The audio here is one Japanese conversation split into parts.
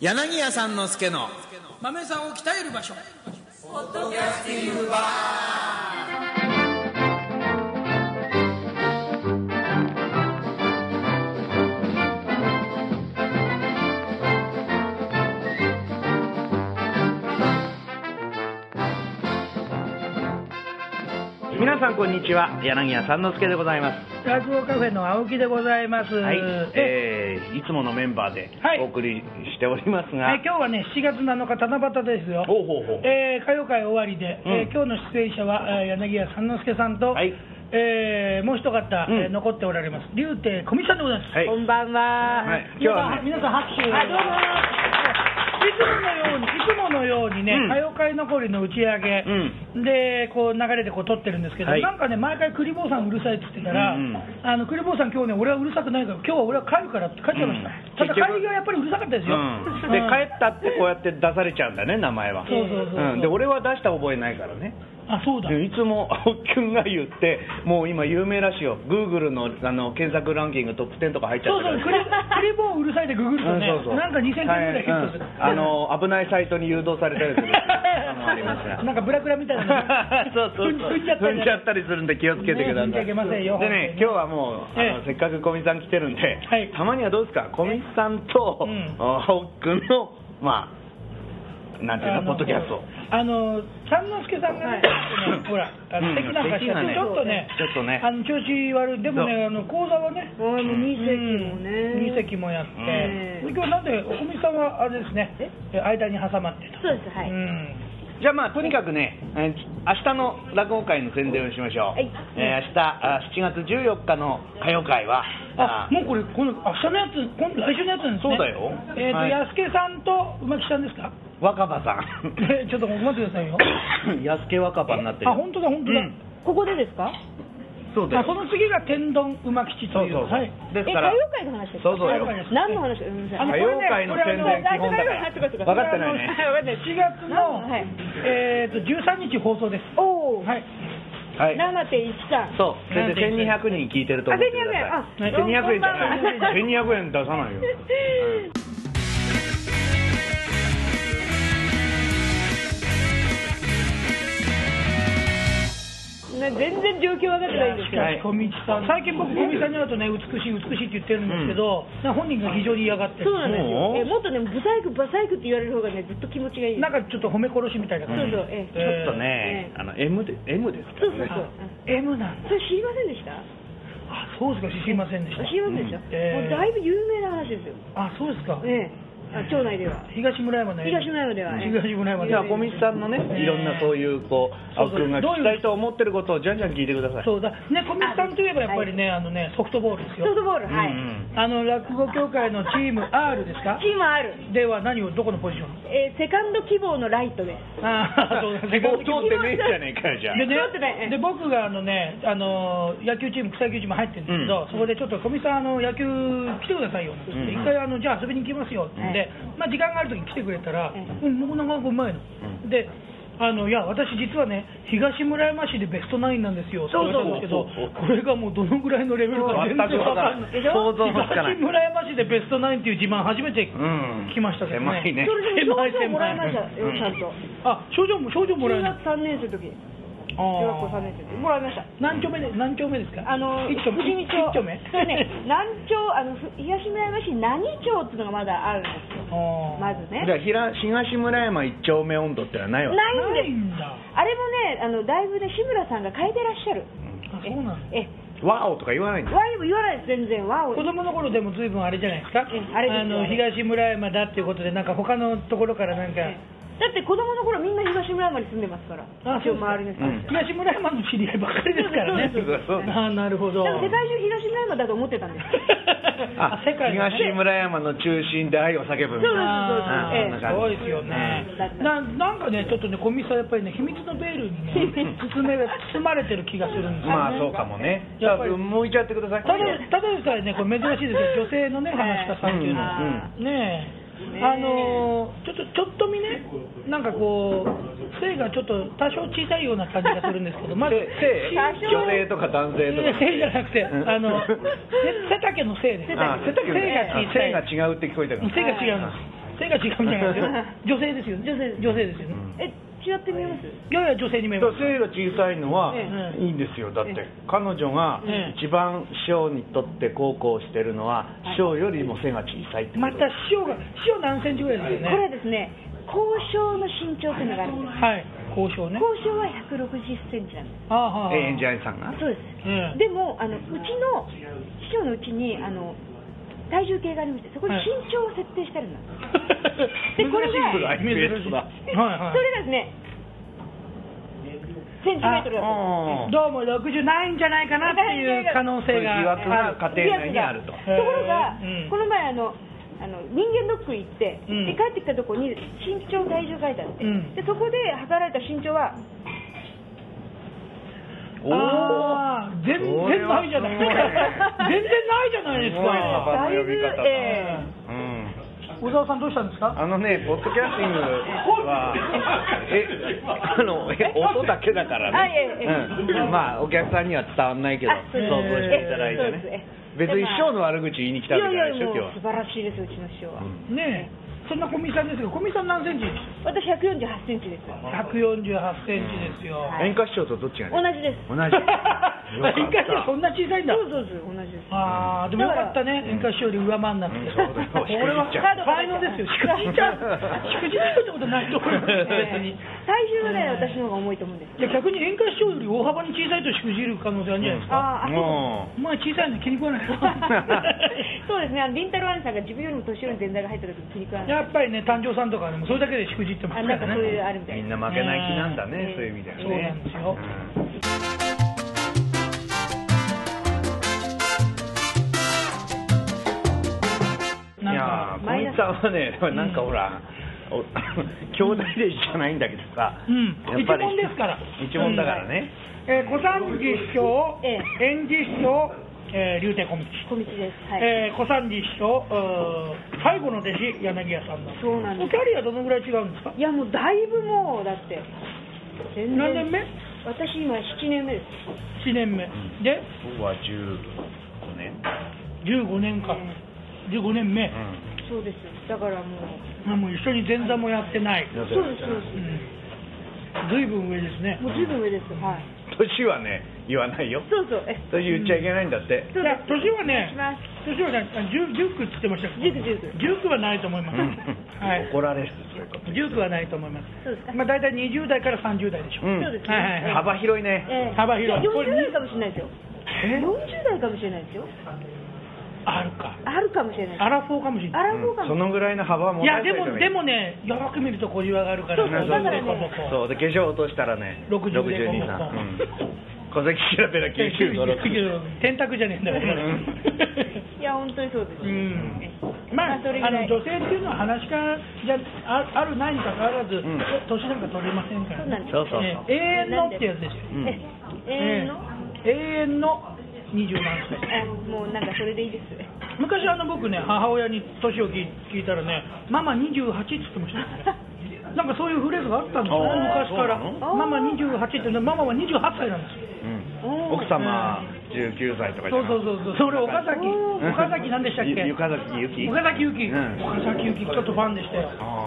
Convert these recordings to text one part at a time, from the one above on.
柳家さんの助の豆さんを鍛える場所。 ポッドキャスティングバー。 皆さんこんにちは、柳家さんの助でございます。 ラジオカフェの青木でございます。 はい、いつものメンバーでお送りしておりますが、 今日はね7月7日七夕ですよ。 ほうほうほう。 歌謡会終わりで、今日の出演者は柳家三之助さんと、 はい、 もう一方、残っておられます竜亭小道さんでございます。 はい、 こんばんは。 はい、今日は、ね、 皆さん拍手。どうも。いつものようにね、歌謡会残りの打ち上げ、でこう流れでこう撮ってるんですけど、なんかね毎回クリボーさんうるさいって言ってたら、クリボーさん今日ね俺はうるさくないから今日は俺は帰るからって帰っちゃいました。ただ帰りがやっぱりうるさかったですよ。 で帰ったってこうやって出されちゃうんだね、名前は。で俺は出した覚えないからね。 あ、そうだ。 いつも青木くんが言って、もう今有名らしいよ。Google の検索ランキングトップ10とか入っちゃってる。 クリボーうるさいでググるとね、なんか2000件ぐらいヒットする。 危ないサイトに誘導されたりするありますが、 なんかブラクラみたいな踏んじゃったりするんで気をつけてください。 でね、今日はもうせっかく小道さん来てるんで、たまにはどうですか、小道さんと青木くんのまあなんていうの、ポッドキャスト。 三之助さんがね、ほら、席なんかしてちょっとね、調子悪い。でもね、講座はね、2席もやって、今日なんで、おこみさんはあれですね、間に挟まってと。 そうです、はい。 じゃあまあとにかくね、明日の落語会の宣伝をしましょう。明日7月14日の歌謡会は、 もうこれ明日のやつ、来週のやつなんですね。 そうだよ。 安助さんと馬木さんですか。 若葉さん。 ちょっと待ってくださいよ。 安助若葉になってる。 あ、本当だ本当だ。 ここでですか。 そうです。 その次が天丼馬吉という。 ですから。 歌謡会の話ですか。 そう。 何の話？ 歌謡会の宣伝基本だから。分かってないね。 4月の13日放送です。 おお。はい。7.13。 そう。で1200人聞いてると思ってください。1200円じゃない。1200円出さないよ。 全然状況分かってないんですよ。 小道さん、最近僕小道さんに会うとね美しいって言ってるんですけど、本人が非常に嫌がってる。 そうなんですよ。もっとねブサイクって言われる方がねずっと気持ちがいい。 なんかちょっと褒め殺しみたいな感じ。 そう。 ちょっとね、M ですか。 そう。 M なんだ。 それ知りませんでした？ あ、そうですか。知りませんでした。 知りませんでした。もうだいぶ有名な話ですよ。 あ、そうですか。 町内では東村山ではじゃあ小道さんのね、いろんなそういう青木君が聞きたいと思ってることをじゃんじゃん聞いてください。 そうだね、小道さんといえばやっぱりね、ソフトボールですよ。 ソフトボール、はい。 落語協会のチーム R ですか。 チーム R ではどこのポジション？ セカンド希望のライトです。 そうだ、希望通ってねえじゃねえかよ。じゃあで僕が野球チーム、草野球チーム入ってるんですけど、そこでちょっと小道さん野球来てくださいよって一回じゃあ遊びに行きますよって。時間がある時に来てくれたら、僕なんかうまいの。で、いや私実はね東村山市でベストナインなんですよって言われたんですけど、これがもうどのぐらいのレベルか全然分かんない。 想像もつかない。 東村山市でベストナインっていう自慢初めて聞きましたけどね。 狭いね。 それでも賞状もらいましたよ、ちゃんと。 あ、賞状もらえる。 中学3年生の時。中学校3年生でもらいました。 何丁目ですか。 富士見町。 1丁目。 ね、東村山市何町っていうのがまだあるんですよ。まずね。 じゃあ東村山1丁目温度ってのはないわけ。 ないんです。あれもね、だいぶね志村さんが変えてらっしゃる。 あ、そうなんです。 ワオとか言わないんです。 ワオも言わないです全然。ワオ。 子供の頃でも随分あれじゃないですか。東村山だっていうことでなんか他のところからなんか。 だって子供の頃みんな東村山に住んでますから。 そう周りです。東村山の知り合いばっかりですからね。なるほど。 世界中東村山だと思ってたんです。 東村山の中心で愛を叫ぶみたいな。 そうですよね。なんかねちょっとね小道さんやっぱりね秘密のベールにね包まれてる気がするんですよね。 まあそうかもね。やっぱり向いちゃってください。 ただでさえねこれ珍しいですよ、女性のね話し家さんっていうのはね。ちょっと見ね、なんかこう性がちょっと多少小さいような感じがするんですけど、まず女性とか男性とか性じゃなくて背丈の性です。 背が違うって聞こえたから。 背が違うんです。 背が違うんじゃないですよ。女性ですよね。女性ですよね。 違って見えます？ いやいや、女性に見えます。 背が小さいのはいいんですよ。だって彼女が一番師匠にとって孝行してるのは師匠よりも背が小さいってこと。 また師匠何センチぐらいですよね。 これはですね、交渉の身長というのがあるんです。 はい、交渉ね。 交渉は160センチなんです。 演者さんが。 そうです。でもうちの師匠のうちに体重計がありまして、そこに身長を設定してあるんです。でこれがそれがですね、センチメートルだと。 どうも60ないんじゃないかなっていう可能性が疑惑が家庭内にあると。 ところがこの前人間ドック行って、で帰ってきたところに身長体重書いてあって、でそこで測られた身長は全然ないじゃないですか。全然ないじゃないですか。 幅の呼び方。 小沢さんどうしたんですか？ ポッドキャスティングは音だけだからね。まあお客さんには伝わんないけど想像していただいてね。別に師匠の悪口言いに来たわけじゃないでしょ今日は。 素晴らしいですうちの師匠は。 ねえ。そんな小見さんですけど、小見さん何センチ？ 私148センチです。 148センチですよ。 演歌師匠とどっちが？ 同じです。 同じ。 演歌師匠そんな小さいんだ。 そう同じです。 ああ、でもよかったね。演歌師匠より上回んなくて。 そうだよ。 これは才能ですよ。しくじっちゃう。しくじるってことないと思います別に。 体重はね、私の方が重いと思うんです。 いや逆に演歌師匠より大幅に小さいとしくじる可能性あるんじゃないですか。 ああ、そう。 まあ小さいの気に食わない。 そうですね。りんたろー兄さんが自分よりも年寄りの前座が入った時に気に食わない。 やっぱりね、誕生さんとかでもそれだけでしくじってますからね。 なんかそういうあるみたいな。 みんな負けない気なんだね、そういう意味ではね。 そうなんですよ。 いや小見さんはね、なんかほら、兄弟弟子じゃないんだけどさ、 一門ですから。 一門だからね。 小三治師匠、演じ師匠、柳亭小道。 小道です。 小三治師匠、最後の弟子柳家さんの。 そうなんです。 キャリアどのぐらい違うんですか？ いやもうだいぶもうだって何年目？ 私今7年目です。 7年目で僕は15年。 15年か。15年目。 そうです。だからもう一緒に前座もやってない。 そうですそうです。 ずいぶん上ですね。 もうずいぶん上です。はい。 年はね言わないよ。 そうそう。 年言っちゃいけないんだって。 年はね、19って言ってましたけど。19はないと思います。 はい。怒られるそういうこと。 19はないと思います。 そうですか。 まあ大体20代から30代でしょ。 そうですね。 幅広いね。 幅広い。 40代かもしれないですよ。40代かもしれないですよ。 あるか。 あるかもしれない。 アラフォーかもしれない。 そのぐらいの幅はもう。 いやでもね、よく見ると小じわがあるから。 そうだからね。 そうで化粧落としたらね。 62 歳。戸籍調べら95。 天卓じゃねえんだから。 いや本当にそうです。 まあ女性っていうのは話し家じゃあるないにかかわらず年なんか取れませんから。 そうそう。 永遠のってやつですよ。永遠の20何歳。 もうなんかそれでいいです。 昔僕ね、母親に年を聞いたらね、ママ28って言ってました。なんかそういうフレーズがあったんですよ、昔から。ママ28ってママは28歳なんですよ。 奥様19歳とか。 そうそれ岡崎なんでしたっけ？ 岡崎由紀。 岡崎由紀ちょっとファンでしたよ。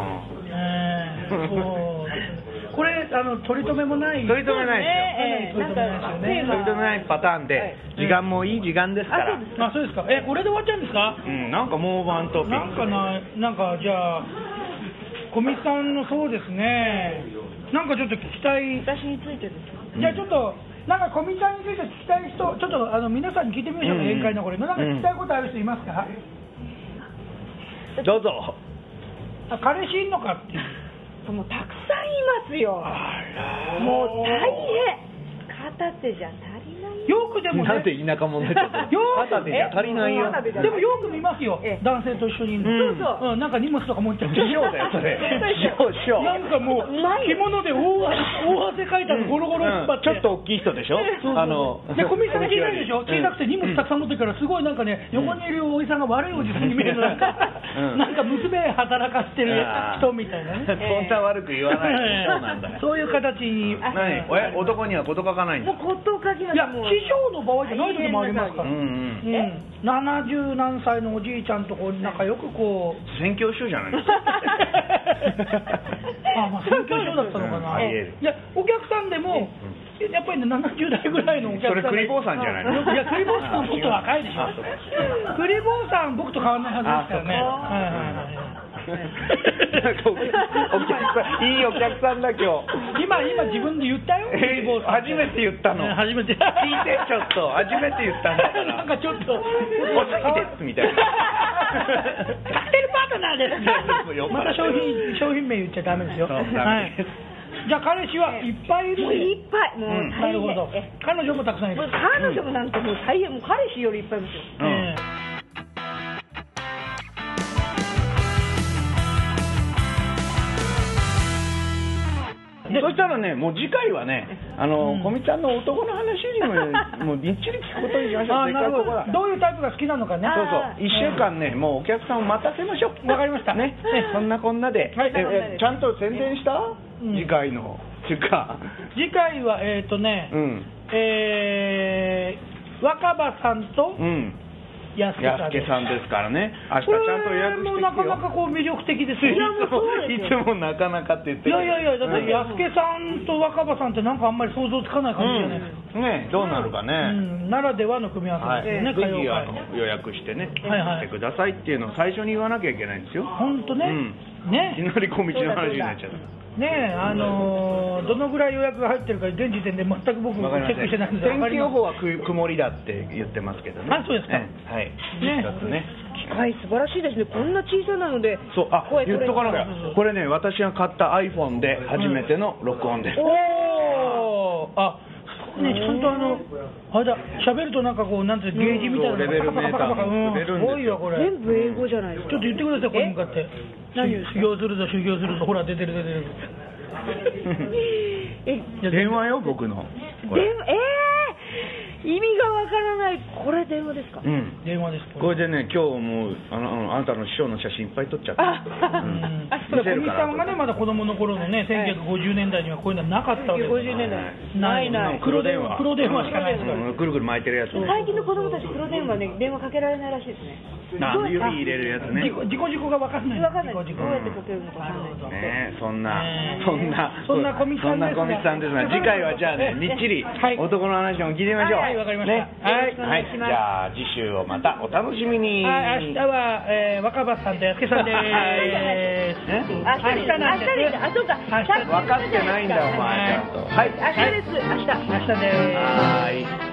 これ取り留めもない。 取り留めないですよ。取り留めないパターンで時間もいい時間ですから。 あ、そうですか。これで終わっちゃうんですか？ なんかもうワントピック。 なんかじゃあ小見さんのそうですね。なんかちょっと聞きたい。 私についてですか？ じゃあちょっとなんか小見さんについて聞きたい人、ちょっと皆さんに聞いてみましょうか。宴会のこれなんか聞きたいことある人いますか？ どうぞ。 彼氏いんのかっていう。 もうたくさんいますよ。もう大変。片手じゃ足りない。 よくでもね。 なんで田舎者になっちゃった。片手じゃ足りないよ。 でもよく見ますよ。男性と一緒に。そう。なんか荷物とか持っちゃって。 師匠だよそれ。師匠。 なんかもう着物で大汗かいたのゴロゴロ引っ張って。 ちょっと大きい人でしょ。で小見さん小さいでしょ。小さくて荷物たくさん持ってるからすごいなんかね、横にいるおじさんが悪いおじさんに見えるなんか娘働かせてる人みたいなね。 そんな悪く言わない。そうなんだ。 そういう形に。 男には事書かないんだ。 もう事書きなんいや師匠の場合じゃない時もありますから、70何歳のおじいちゃんとこう仲良くこう宣教師じゃないですかまあ宣教師だったのかな。いやお客さんでもやっぱりね70代ぐらいのお客さん、 それクリボーさんじゃないの？ いやクリボーさん僕と若いでしょ。クリボーさん僕と変わらないはずですからね。 いいお客さんだ今日。 今自分で言ったよ。 初めて言ったの。 初めて。聞いてちょっと初めて言ったんだから。 なんかちょっとお好きですみたいな。 カクテルパートナーです。また商品名言っちゃダメですよ。はい。じゃあ彼氏はいっぱいいる。 いっぱいもうなるほど。彼女もたくさんいる。 彼女もなんかもう大変もう彼氏よりいっぱいいますよ。 そしたらね、もう次回はね、小見ちゃんの男の話にもうみっちり聞くことにしましょう。 どういうタイプが好きなのかね。 そうそう、1週間ね、もうお客さんを待たせましょう。 わかりましたね。そんなこんなで、ちゃんと宣伝した？次回の次回は若葉さんと安家さんですからね。明日ちゃんと予約してきてよ。 もなかなかこう魅力的ですよ。 いつもなかなかって言ってる。 いやだって安家さんと若葉さんってなんかあんまり想像つかない感じじゃないですか。 ね、どうなるかね。 ならではの組み合わせですね。 ぜひ予約してね、来てくださいっていうのを最初に言わなきゃいけないんですよ。 本当ね。ね。 いきなり小道の話になっちゃった。 ねえ、どのぐらい予約が入ってるか現時点で全く僕チェックしてないんで。 天気予報は曇りだって言ってますけどね。 あ、そうですか。 はい。ね。 機械素晴らしいですね。こんな小さなので。 そう、言っとかなきゃ。これね、私が買った iPhone で初めての録音です。 おお。ね、ちゃんとあれだ、喋るとなんかこうなんていうゲージみたいなレベルメーターも出るんですよ。 全部英語じゃないですか。 ちょっと言ってください、これ向かって。修行するぞ、ほら出てる。 電話よ、僕の。 意味がわからない。これ電話ですか？ 電話です。 これでね、今日もあなたの師匠の写真いっぱい撮っちゃった。 小見さんがね、まだ子供の頃のね、1950年代にはこういうのはなかったわけです。 50年代ない。 黒電話しかないですから。 ぐるぐる巻いてるやつ。 最近の子供たち黒電話ね、電話かけられないらしいですね。 指入れるやつね。 事故がわかんない。 どうやってかけるのかわかんないですね。そんな小見さんですが、次回はじゃあね、みっちり男の話も聞いてみましょう。 はい、わかりました。 はい、じゃあ次週をまたお楽しみに。 明日は若葉さんと安家さんです。 明日なんです。あ、そうか。 分かってないんだお前ちゃんと。はい。 明日です。明日です。はい。